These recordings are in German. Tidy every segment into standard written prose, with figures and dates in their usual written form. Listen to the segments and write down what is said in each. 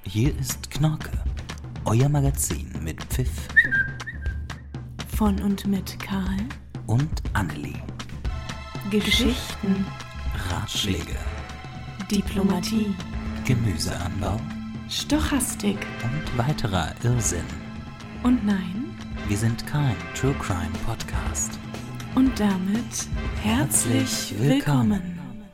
Hier ist Knorke, euer Magazin mit Pfiff. Von und mit Karl Und Annelie. Geschichten, Ratschläge, Diplomatie, Gemüseanbau Stochastik und weiterer Irrsinn. und nein, Wir sind kein True Crime Podcast. und damit herzlich willkommen.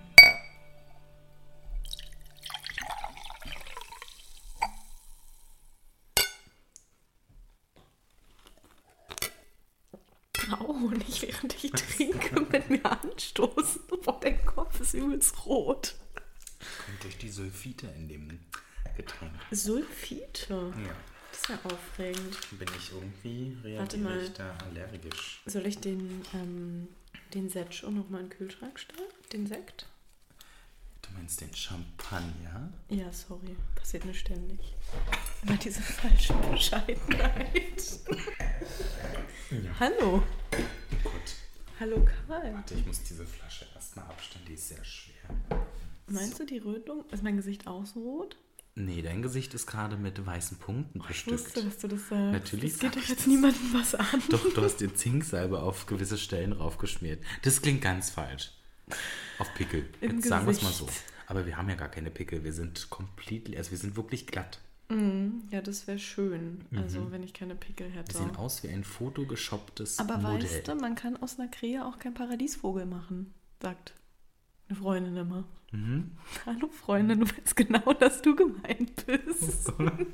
Oh, nicht während ich trinke mit mir anstoßen. Boah, dein Kopf ist übelst rot. Kommt durch die Sulfite in dem Getränk. Sulfite? Ja. Das ist ja aufregend. Bin ich irgendwie Warte mal. reagiere ich da allergisch? Soll ich den Setsch nochmal in den Kühlschrank stellen? Den Sekt? Du meinst den Champagner? Ja, sorry. Passiert mir ständig. Aber diese falsche Bescheidenheit. Ja. Hallo. Gut. Hallo Karl. Warte, ich muss diese Flasche erstmal abstellen, die ist sehr schwer. Meinst du die Rötung? Ist mein Gesicht auch so rot? Nee, dein Gesicht ist gerade mit weißen Punkten Ich bestückt. wusste, dass du das sagst. Natürlich Das geht sag doch ich jetzt das. niemandem was an. Doch, du hast dir Zinksalbe auf gewisse Stellen raufgeschmiert. Das klingt ganz falsch. Auf Pickel. Im Jetzt sagen wir es mal so. Gesicht. Aber wir haben ja gar keine Pickel. Wir sind komplett, also wir sind wirklich glatt. Ja, das wäre schön. Also, wenn ich keine Pickel hätte. Wir sehen aus wie ein fotogeshopptes Aber Modell. weißt du, man kann aus einer Krähe auch keinen Paradiesvogel machen, sagt eine Freundin immer. Hallo Freundin, du weißt genau, dass du gemeint bist.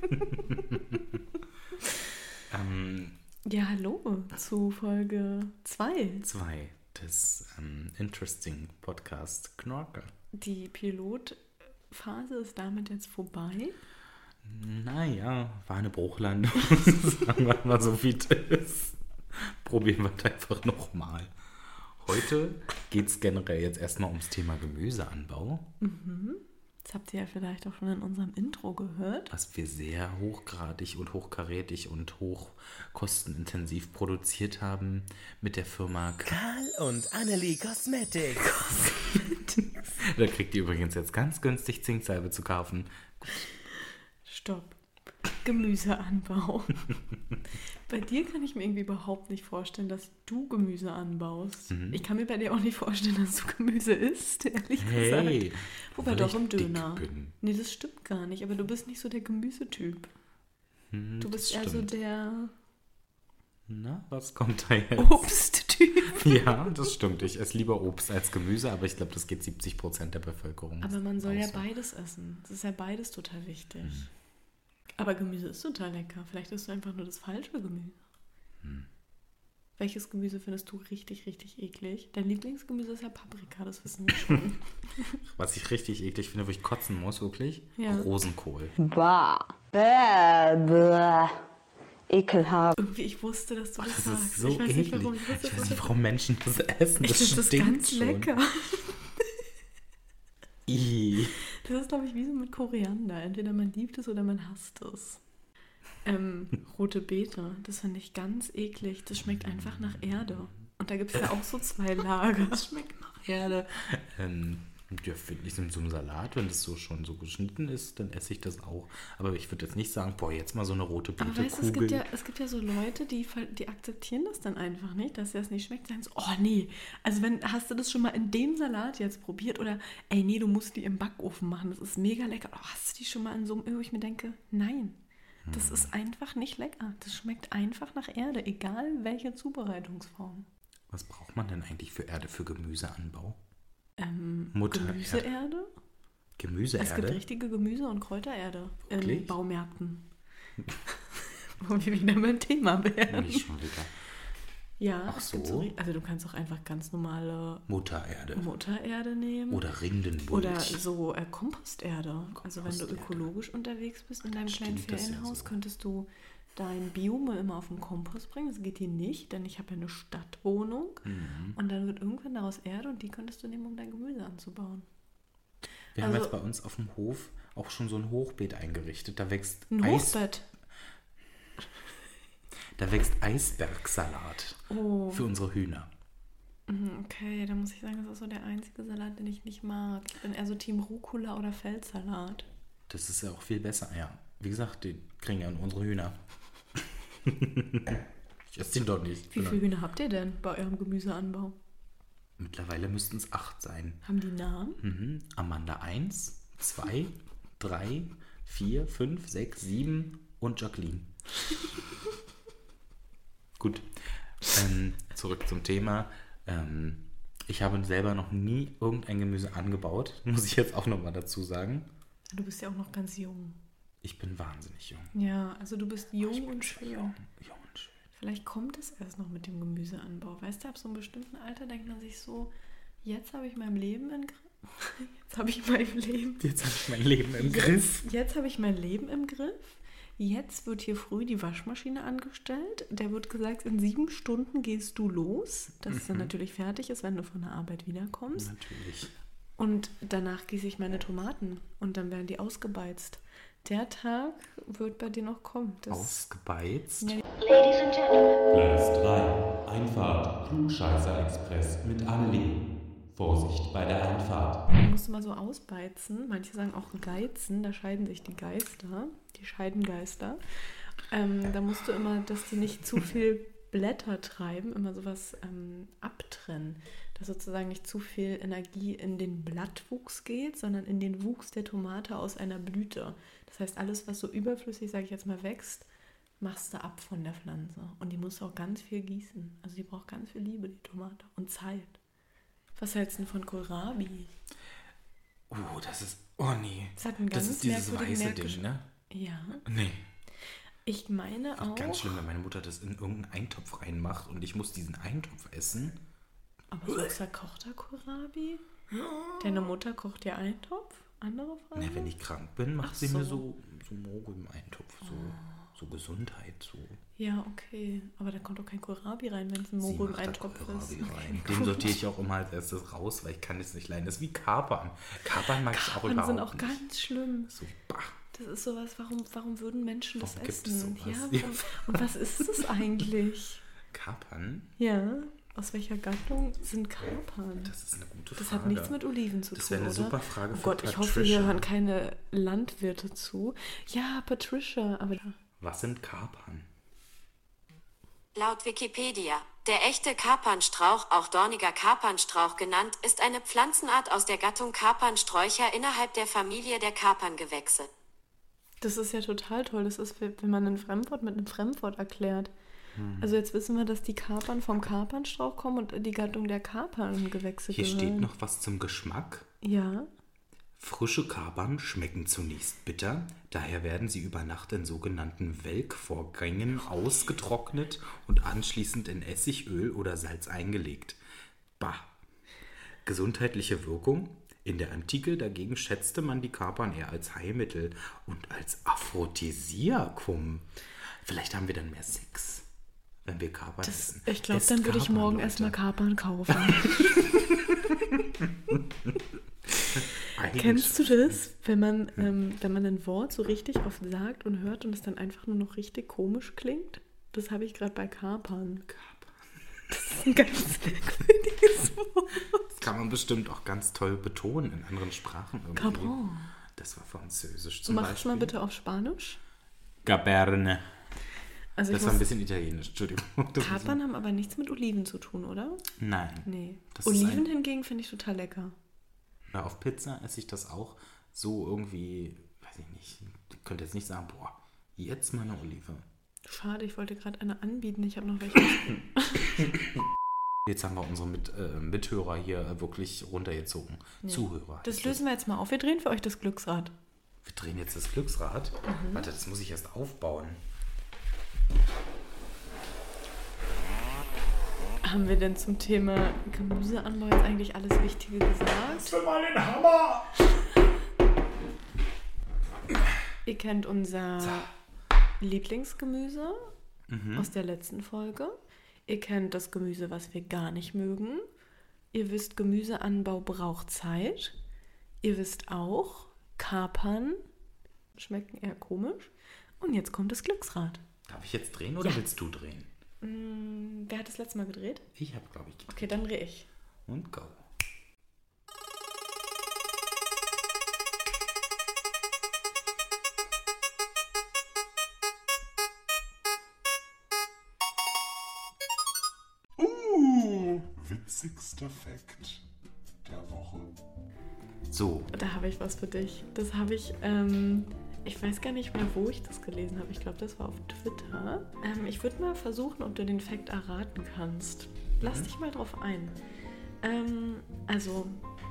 Ja, hallo zu Folge 2. 2 des Interesting Podcast Knorke. Die Pilotphase ist damit jetzt vorbei. Naja, war eine Bruchlandung. Sagen wir mal so, wie das ist. Probieren wir es einfach nochmal. Heute geht es generell jetzt erstmal ums Thema Gemüseanbau, Das habt ihr ja vielleicht auch schon in unserem Intro gehört. was wir sehr hochgradig und hochkarätig und hochkostenintensiv produziert haben mit der Firma Karl und Annelie Cosmetics. Da kriegt ihr übrigens jetzt ganz günstig Zinksalbe zu kaufen. Stopp. Gemüseanbau. Bei dir kann ich mir irgendwie überhaupt nicht vorstellen, dass du Gemüse anbaust. Ich kann mir bei dir auch nicht vorstellen, dass du Gemüse isst, ehrlich Hey, gesagt. Wobei weil doch ich im dick Döner. bin. Nee, das stimmt gar nicht. Aber du bist nicht so der Gemüsetyp. Du bist eher so stimmt. der Na, was kommt da jetzt? Obsttyp. Ja, das stimmt. Ich esse lieber Obst als Gemüse, aber ich glaube, das geht 70% der Bevölkerung. Aber man soll ja auch so. beides essen. Das ist ja beides total wichtig. Aber Gemüse ist total lecker. Vielleicht isst du einfach nur das falsche Gemüse. Welches Gemüse findest du richtig, richtig eklig? Dein Lieblingsgemüse ist ja Paprika, das wissen wir schon. Was ich richtig eklig finde, wo ich kotzen muss, wirklich, Ja. Rosenkohl. Bah. Bäh, bäh. Ekelhaft. Irgendwie, ich wusste, dass du das Das sagst. ist so ich weiß eklig. nicht, warum. Ich wusste, Ich dass weiß du nicht, warum Menschen das essen. Ich finde das stinkt ganz schon. lecker. Ih. Das ist, glaube ich, wie so mit Koriander. Entweder man liebt es oder man hasst es. Rote Beete, das finde ich ganz eklig. Das schmeckt einfach nach Erde. Und da gibt es ja auch so 2 Lager. Das schmeckt nach Erde. Ja, finde ich in so einem Salat, wenn das so schon so geschnitten ist, dann esse ich das auch. Aber ich würde jetzt nicht sagen, boah, jetzt mal so eine rote Aber weißt du, Beete-Kugel. es gibt ja so Leute, die akzeptieren das dann einfach nicht, dass das nicht schmeckt. Sagen so, oh nee, also hast du das schon mal in dem Salat jetzt probiert? Oder, ey nee, du musst die im Backofen machen, das ist mega lecker. Oh, hast du die schon mal in so einem, wo ich mir denke, nein, das ist einfach nicht lecker. Das schmeckt einfach nach Erde, egal welche Zubereitungsform. Was braucht man denn eigentlich für Erde für Gemüseanbau? Gemüseerde? Es gibt Gemüseerde? richtige Gemüse- und Kräutererde Wirklich? in Baumärkten. Wo wir wieder beim Thema wären. Nicht schon wieder. Ja, Ach es gibt so. also du kannst auch einfach ganz normale Muttererde. Muttererde nehmen. Oder Rindenmulch. Oder so Komposterde. Also wenn du Komposterde. ökologisch unterwegs bist in deinem kleinen Stimmt, das ist ja Ferienhaus, so. könntest du dein Biomüll immer auf den Kompost bringen. Das geht hier nicht, denn ich habe ja eine Stadtwohnung. Und dann wird irgendwann daraus Erde und die könntest du nehmen, um dein Gemüse anzubauen. Wir haben also- jetzt bei uns auf dem Hof auch schon so ein Hochbeet eingerichtet. Da wächst Ein Hochbett. Da wächst Eisbergsalat Oh. für unsere Hühner. Okay, dann muss ich sagen, das ist so der einzige Salat, den ich nicht mag. Ich bin eher so Team Rucola oder Feldsalat. Das ist ja auch viel besser, ja. Wie gesagt, die kriegen ja unsere Hühner. Ich esse den doch nicht. Wie viele Hühner habt ihr denn bei eurem Gemüseanbau? Mittlerweile müssten es 8 sein. Haben die Namen? Mhm. Amanda 1, 2, 3, 4, 5, 6, 7 und Jacqueline. Gut. Zurück zum Thema. Ich habe selber noch nie irgendein Gemüse angebaut. Muss ich jetzt auch nochmal dazu sagen. Du bist ja auch noch ganz jung. Ich bin wahnsinnig jung. Ja, also du bist jung und schön. Jung und schön. Vielleicht kommt es erst noch mit dem Gemüseanbau. Weißt du, ab so einem bestimmten Alter denkt man sich so, jetzt habe ich mein Leben im Griff. Jetzt habe ich mein Leben. Jetzt habe ich mein Leben im Griff. Jetzt habe ich mein Leben im Griff. Jetzt wird hier früh die Waschmaschine angestellt. Der wird gesagt, in 7 Stunden gehst du los. Dass es dann natürlich fertig ist, wenn du von der Arbeit wiederkommst. Natürlich. Und danach gieße ich meine Tomaten und dann werden die ausgebeizt. Der Tag wird bei dir noch kommen. Ausgebeizt? Ja, Gleis 3, Einfahrt, Klugscheißer-Express mit Annelie. Vorsicht bei der Einfahrt. man muss mal so ausbeizen. Manche sagen auch geizen, da scheiden sich die Geister, die Scheidengeister. Da musst du immer, dass die nicht zu viel Blätter treiben, immer sowas abtrennen. Dass sozusagen nicht zu viel Energie in den Blattwuchs geht, sondern in den Wuchs der Tomate aus einer Blüte. Das heißt, alles, was so überflüssig, sage ich jetzt mal, wächst, machst du ab von der Pflanze. Und die musst du auch ganz viel gießen. Also die braucht ganz viel Liebe, die Tomate. Und Zeit. Was hältst du denn von Kohlrabi? Oh, das ist... Oh nee. Das hat einen Das ganz ist dieses merkwürdigen weiße Ding, ne? Ja. Nee. Ich meine auch... Ganz schlimm, wenn meine Mutter das in irgendeinen Eintopf reinmacht und ich muss diesen Eintopf essen. Aber so zerkochter Kohlrabi? Deine Mutter kocht ja Eintopf? Andere Frage? Ne, wenn ich krank bin, macht Ach sie so. mir so Mogo im Eintopf. So Gesundheit, so. Ja, okay. Aber da kommt doch kein Kohlrabi rein, wenn es ein Sie Moro im macht da Eintopf ist. Kohlrabi rein. Den sortiere ich auch immer als erstes raus, weil ich kann es nicht leiden. Das ist wie Kapern. Kapern mag ich auch Kapern überhaupt sind auch nicht. ganz schlimm. So, bah. Das ist sowas, warum würden Menschen das Warum gibt es essen? sowas? Ja, und was ist das eigentlich? Kapern? Ja, aus welcher Gattung sind Kapern? Das ist eine gute Das Frage. hat nichts mit Oliven zu Das tun, wäre eine oder? super Frage Oh für Gott, ich hoffe, Patricia. hier hören keine Landwirte zu. Ja, Patricia, aber... Was sind Kapern? Laut Wikipedia, der echte Kapernstrauch, auch dorniger Kapernstrauch genannt, ist eine Pflanzenart aus der Gattung Kapernsträucher innerhalb der Familie der Kaperngewächse. Das ist ja total toll. Das ist, wenn man ein Fremdwort mit einem Fremdwort erklärt. Also jetzt wissen wir, dass die Kapern vom Kapernstrauch kommen und die Gattung der Kaperngewächse Hier gehören. steht noch was zum Geschmack. Ja. Frische Kapern schmecken zunächst bitter, daher werden sie über Nacht in sogenannten Welkvorgängen ausgetrocknet und anschließend in Essig, Öl oder Salz eingelegt. Bah! Gesundheitliche Wirkung? In der Antike dagegen schätzte man die Kapern eher als Heilmittel und als Aphrodisiakum. Vielleicht haben wir dann mehr Sex, wenn wir Kapern essen. Ich glaube, Esst dann würde ich Kapern, morgen Leute. erstmal Kapern kaufen. Eigentlich Kennst du das, wenn man ein Wort so richtig oft sagt und hört und es dann einfach nur noch richtig komisch klingt? Das habe ich gerade bei Kapern. Das ist ein ganz merkwürdiges Wort. Das kann man bestimmt auch ganz toll betonen in anderen Sprachen. Irgendwie. Capron. Das war Französisch zum Mach es Beispiel. mal bitte auf Spanisch. Gaberne. Also Das ich war ein muss, bisschen italienisch, Entschuldigung. Das Kapern haben aber nichts mit Oliven zu tun, oder? Nein. Nee. Das ist Oliven ein- hingegen finde ich total lecker. Na, auf Pizza esse ich das auch so irgendwie, weiß ich nicht. Ich könnte jetzt nicht sagen, boah, jetzt mal eine Olive. Schade, ich wollte gerade eine anbieten. Ich habe noch welche. Jetzt haben wir unsere Mithörer hier wirklich runtergezogen. Zuhörer. Das lösen wir jetzt mal auf. Wir drehen für euch das Glücksrad. Wir drehen jetzt das Glücksrad. Warte, das muss ich erst aufbauen. Haben wir denn zum Thema Gemüseanbau jetzt eigentlich alles Wichtige gesagt? Für mal den Hammer! Ihr kennt unser Lieblingsgemüse aus der letzten Folge. Ihr kennt das Gemüse, was wir gar nicht mögen. Ihr wisst, Gemüseanbau braucht Zeit. Ihr wisst auch, Kapern schmecken eher komisch. Und jetzt kommt das Glücksrad. Darf ich jetzt drehen oder willst du drehen? Wer hat das letzte Mal gedreht? Ich habe, glaube ich, gedreht. Okay, dann drehe ich. Und go. witzigster Fact der Woche. So, Da habe ich was für dich. Das habe ich, ich weiß gar nicht mehr, wo ich das gelesen habe. Ich glaube, das war auf Twitter. Ich würde mal versuchen, ob du den Fact erraten kannst. Lass dich mal drauf ein. Also,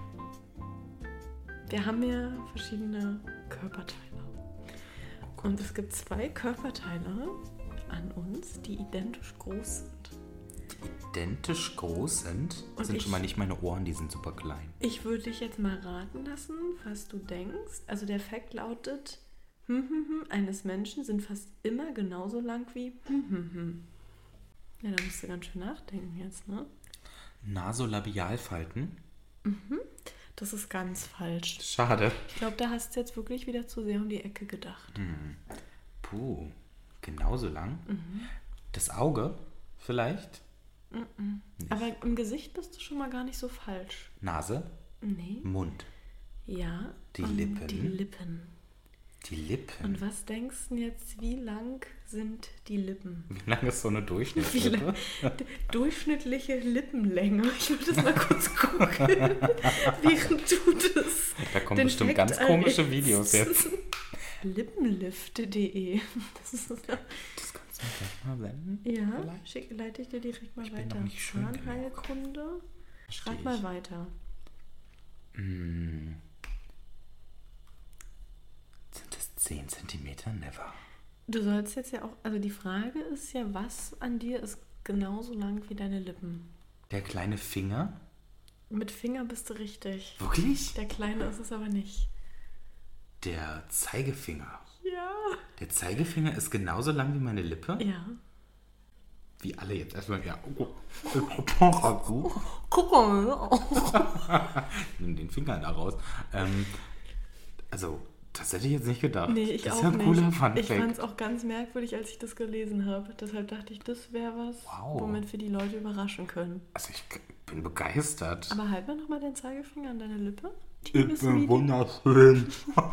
wir haben ja verschiedene Körperteile. Und es gibt 2 Körperteile an uns, die identisch groß sind. identisch groß sind Und schon mal nicht meine Ohren, die sind super klein. Ich würde dich jetzt mal raten lassen, was du denkst. Also der Fakt lautet, eines Menschen sind fast immer genauso lang wie Ja, da musst du ganz schön nachdenken jetzt, ne? Nasolabialfalten? Das ist ganz falsch. Schade. Ich glaube, da hast du jetzt wirklich wieder zu sehr um die Ecke gedacht. Puh, genauso lang? Das Auge vielleicht? Aber im Gesicht bist du schon mal gar nicht so falsch. Nase? Nee. Mund? Ja. Die und Lippen? Die Lippen. Die Lippen? Und was denkst du jetzt, wie lang sind die Lippen? Wie lang ist so eine Wie Durchschnittslippe? Durchschnittliche Lippenlänge. Ich würde das mal kurz gucken, während du das. Da kommen den bestimmt Fact ganz komische errätst. Videos jetzt. Lippenlift.de. Das ist Das kannst du mir gleich mal senden? ja, leite ich dir direkt mal Ich bin weiter. noch nicht schön genug. Zahnheilkunde. Versteh Schreib mal ich. weiter. Sind das 10 Zentimeter? Never. Du sollst jetzt ja auch, also die Frage ist ja, was an dir ist genauso lang wie deine Lippen? Der kleine Finger? Mit Finger bist du richtig. Wirklich? Der kleine ist es aber nicht. Der Zeigefinger. Ja. Der Zeigefinger ist genauso lang wie meine Lippe? Ja. Wie alle jetzt erstmal, ja. Guck mal. Nimm den Finger da raus. Also, das hätte ich jetzt nicht gedacht. Nee, ich das auch ist ja ein nicht. cooler Fun Ich fand Fact. es auch ganz merkwürdig, als ich das gelesen habe. Deshalb dachte ich, das wäre was, Wow. womit wir die Leute überraschen können. Also, ich bin begeistert. Aber halt mal nochmal den Zeigefinger an deine Lippe. Ich bin Teeny-sweetie. wunderschön.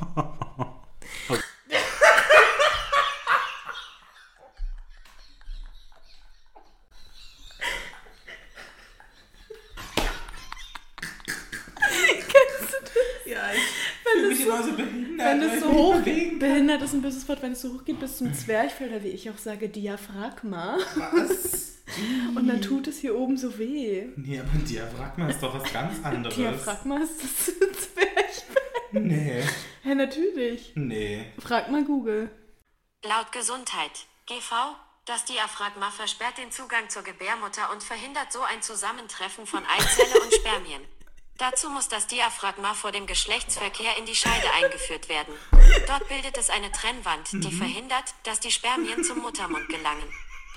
Ja, wenn es so hoch behindert ist ein böses Wort, wenn es so hoch geht bis zum Zwerchfell oder wie ich auch sage, Diaphragma. Was? Und dann tut es hier oben so weh. Nee, aber Diaphragma ist doch was ganz anderes. Diaphragma ist das Zwerchfell. Nee, Ja, natürlich. nee. Frag mal Google. Laut Gesundheit, GV, das Diaphragma versperrt den Zugang zur Gebärmutter und verhindert so ein Zusammentreffen von Eizelle und Spermien. Dazu muss das Diaphragma vor dem Geschlechtsverkehr in die Scheide eingeführt werden. Dort bildet es eine Trennwand, die verhindert, dass die Spermien zum Muttermund gelangen.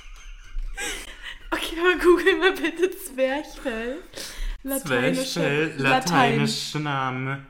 Okay, aber google mal bitte Zwerchfell. Lateinischer Name.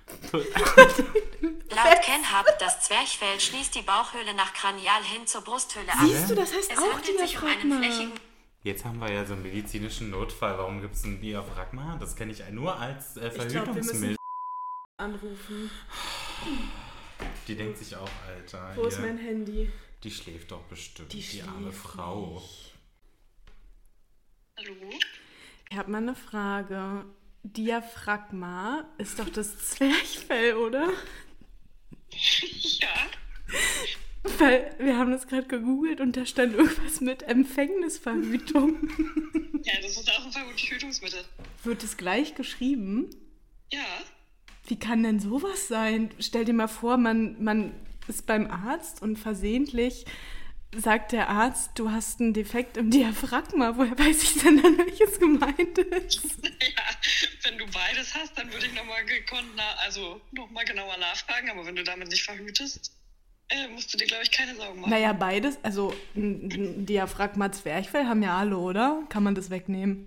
Laut Kenhub, das Zwerchfell schließt die Bauchhöhle nach Kranial hin zur Brusthöhle ab. Siehst du, das heißt Es auch handelt sich um einen Diaphragma. flächigen... Jetzt haben wir ja so einen medizinischen Notfall. Warum gibt es ein Diaphragma? Das kenne ich nur als Verhütungsmittel. Anrufen. Die denkt sich auch, Alter. Wo ist hier, mein Handy? die schläft doch bestimmt, Die die arme schläft Frau. nicht. Hallo? Ich habe mal eine Frage. Diaphragma ist doch das Zwerchfell, oder? Ja, Weil wir haben das gerade gegoogelt und da stand irgendwas mit Empfängnisverhütung. ja, das ist auch ein Verhütungsmittel. Wird es gleich geschrieben? Ja, Wie kann denn sowas sein? Stell dir mal vor, man ist beim Arzt und versehentlich sagt der Arzt, du hast einen Defekt im Diaphragma. Woher weiß ich denn dann, welches gemeint ist? ja, wenn du beides hast, dann würde ich nochmal genauer nachfragen, aber wenn du damit nicht verhütest, musst du dir, glaube ich, keine Sorgen machen. Naja, beides, also ein Diaphragma, Zwerchfell haben ja alle, oder? Kann man das wegnehmen?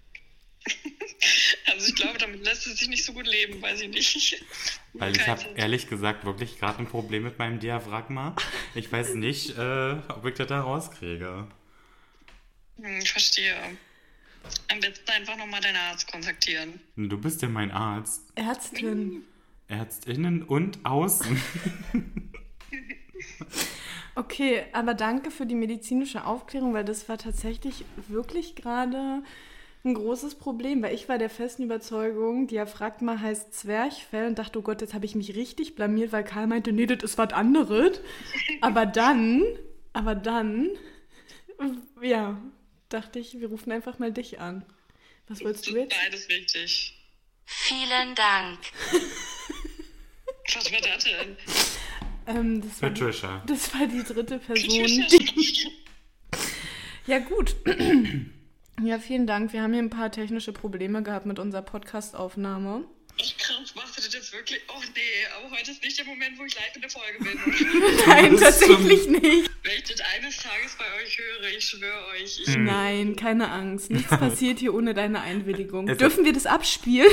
Also ich glaube, damit lässt es sich nicht so gut leben, weiß ich nicht. Weil ich habe ehrlich gesagt wirklich gerade ein Problem mit meinem Diaphragma. Ich weiß nicht, ob ich das da rauskriege. Ich verstehe. Am besten einfach nochmal deinen Arzt kontaktieren. Du bist ja mein Arzt. Ärztin. Ärztinnen und außen. Okay, aber danke für die medizinische Aufklärung, weil das war tatsächlich wirklich gerade ein großes Problem, weil ich war der festen Überzeugung, Diaphragma heißt Zwerchfell und dachte, oh Gott, jetzt habe ich mich richtig blamiert, weil Karl meinte, nee, das ist was anderes. Aber dann, ja, dachte ich, wir rufen einfach mal dich an. Was wolltest du jetzt? Beides wichtig. Vielen Dank. Was war das denn? Patricia. Das war die dritte Person. Patricia. Ja, gut. Ja, vielen Dank. Wir haben hier ein paar technische Probleme gehabt mit unserer Podcast-Aufnahme. Ich krass, machst du das jetzt wirklich? Oh nee, aber heute ist nicht der Moment, wo ich live in der Folge bin. Nein, tatsächlich nicht. Wenn ich das eines Tages bei euch höre, ich schwöre euch. Nein, keine Angst. Nichts passiert hier ohne deine Einwilligung. Dürfen wir das abspielen?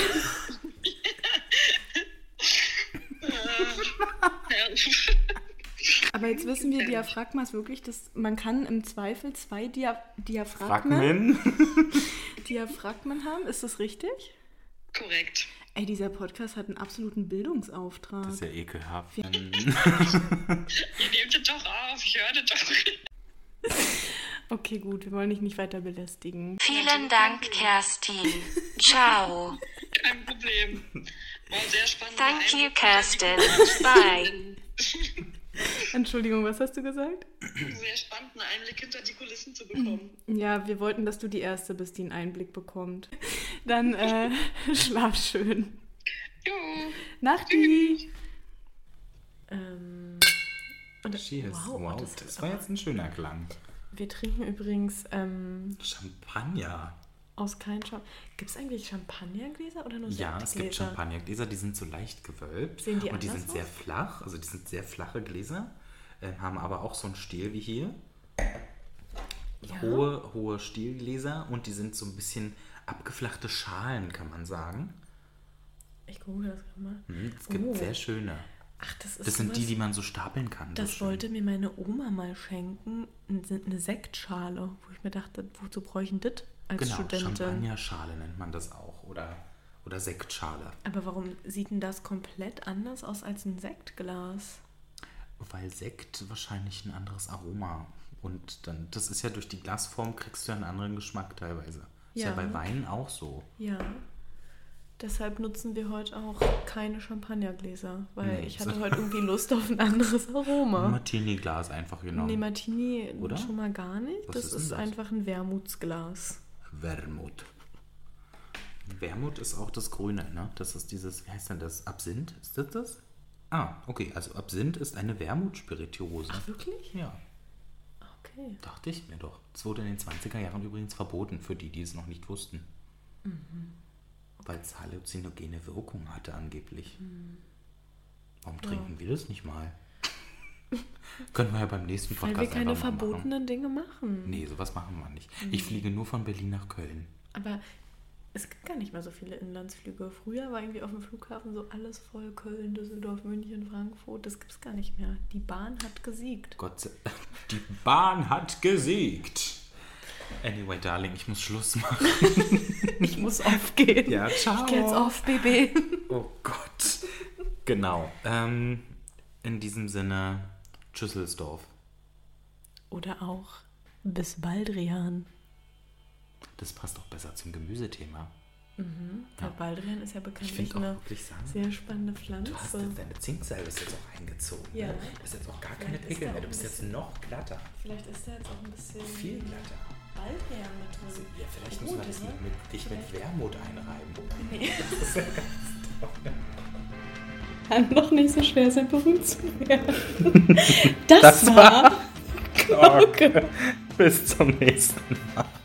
Aber jetzt wissen wir, Diaphragma ist wirklich, man kann im Zweifel 2 Diaphragmen haben. Ist das richtig? Korrekt. Ey, dieser Podcast hat einen absoluten Bildungsauftrag. Das ist ja ekelhaft. Ihr nehmt es doch auf, ich höre das doch. Okay, gut, wir wollen dich nicht weiter belästigen. Vielen Dank, Kerstin. Ciao. Kein Problem. War sehr spannend. Thank you, Kerstin. Bye. Entschuldigung, was hast du gesagt? Sehr spannenden Einblick hinter die Kulissen zu bekommen. Ja, wir wollten, dass du die Erste bist, die einen Einblick bekommt. Dann schlaf schön. Jo. Nachti. Cheers. Wow, das war jetzt ein schöner Klang. Wir trinken übrigens Champagner. aus keinem Champagner. Gibt es eigentlich Champagnergläser oder nur Ja, Sektgläser? es gibt Champagnergläser, die sind so leicht gewölbt. Sehen die und die anders sind sehr aus? flach, also die sind sehr flache Gläser, haben aber auch so einen Stiel wie hier. Ja. Hohe Stielgläser und die sind so ein bisschen abgeflachte Schalen, kann man sagen. Ich google das gerade mal. Es gibt sehr schöne. Ach, das ist Das sind sowas- die man so stapeln kann. so Das schön. wollte mir meine Oma mal schenken. Eine Sektschale, wo ich mir dachte, wozu brauche ich denn das als Genau, Studentin? Champagnerschale nennt man das auch. Oder Sektschale. Aber warum sieht denn das komplett anders aus als ein Sektglas? Weil Sekt wahrscheinlich ein anderes Aroma. Und dann, das ist ja durch die Glasform, kriegst du ja einen anderen Geschmack teilweise. Ist ja Ja. bei Wein auch so. Ja. Deshalb nutzen wir heute auch keine Champagnergläser, weil Nee, ich hatte so- heute irgendwie Lust auf ein anderes Aroma. Martini-Glas einfach genommen. Nee, Martini Oder? schon mal gar nicht. Was Das ist denn ist das? einfach ein Wermutsglas. Wermut. Wermut ist auch das Grüne, ne? Das ist dieses, wie heißt denn das? Absinth? Ist das das? Ah, okay. Also Absinth ist eine Wermutspirituose. Ach, wirklich? Ja, Okay. dachte ich mir doch. Das wurde in den 20er Jahren übrigens verboten, für die es noch nicht wussten. Weil es halluzinogene Wirkung hatte angeblich. Warum trinken wir das nicht mal? Können wir ja beim nächsten Weil Podcast wir keine einfach mal machen. verbotenen Dinge machen. Nee, sowas machen wir nicht. Ich fliege nur von Berlin nach Köln. Aber es gibt gar nicht mehr so viele Inlandsflüge. Früher war irgendwie auf dem Flughafen so alles voll. Köln, Düsseldorf, München, Frankfurt. Das gibt's gar nicht mehr. Die Bahn hat gesiegt. Gott sei Die Bahn hat gesiegt. Anyway, Darling, ich muss Schluss machen. Ich muss aufgehen. Ja, ciao. Ich geh jetzt auf, Baby. Oh Gott. Genau. In diesem Sinne, Tschüsselsdorf. Oder auch bis Baldrian. Das passt doch besser zum Gemüsethema. Weil Baldrian ist ja Ich bekanntlich finde auch eine wirklich sagen, sehr spannende du hast Pflanze. deine Zinksalbe ist jetzt auch eingezogen. Ja. Ne? Du bist jetzt auch gar keine Vielleicht ist Pickel da mehr. auch Du bist ein jetzt noch glatter. Vielleicht ist da jetzt auch ein bisschen Viel glatter. Baldrian mit drin. Ja, vielleicht müssen wir das ne? dich mit Wermut einreiben. Nee. Kann doch nicht so schwer sein, berühmt zu werden. Das war Bis zum nächsten Mal.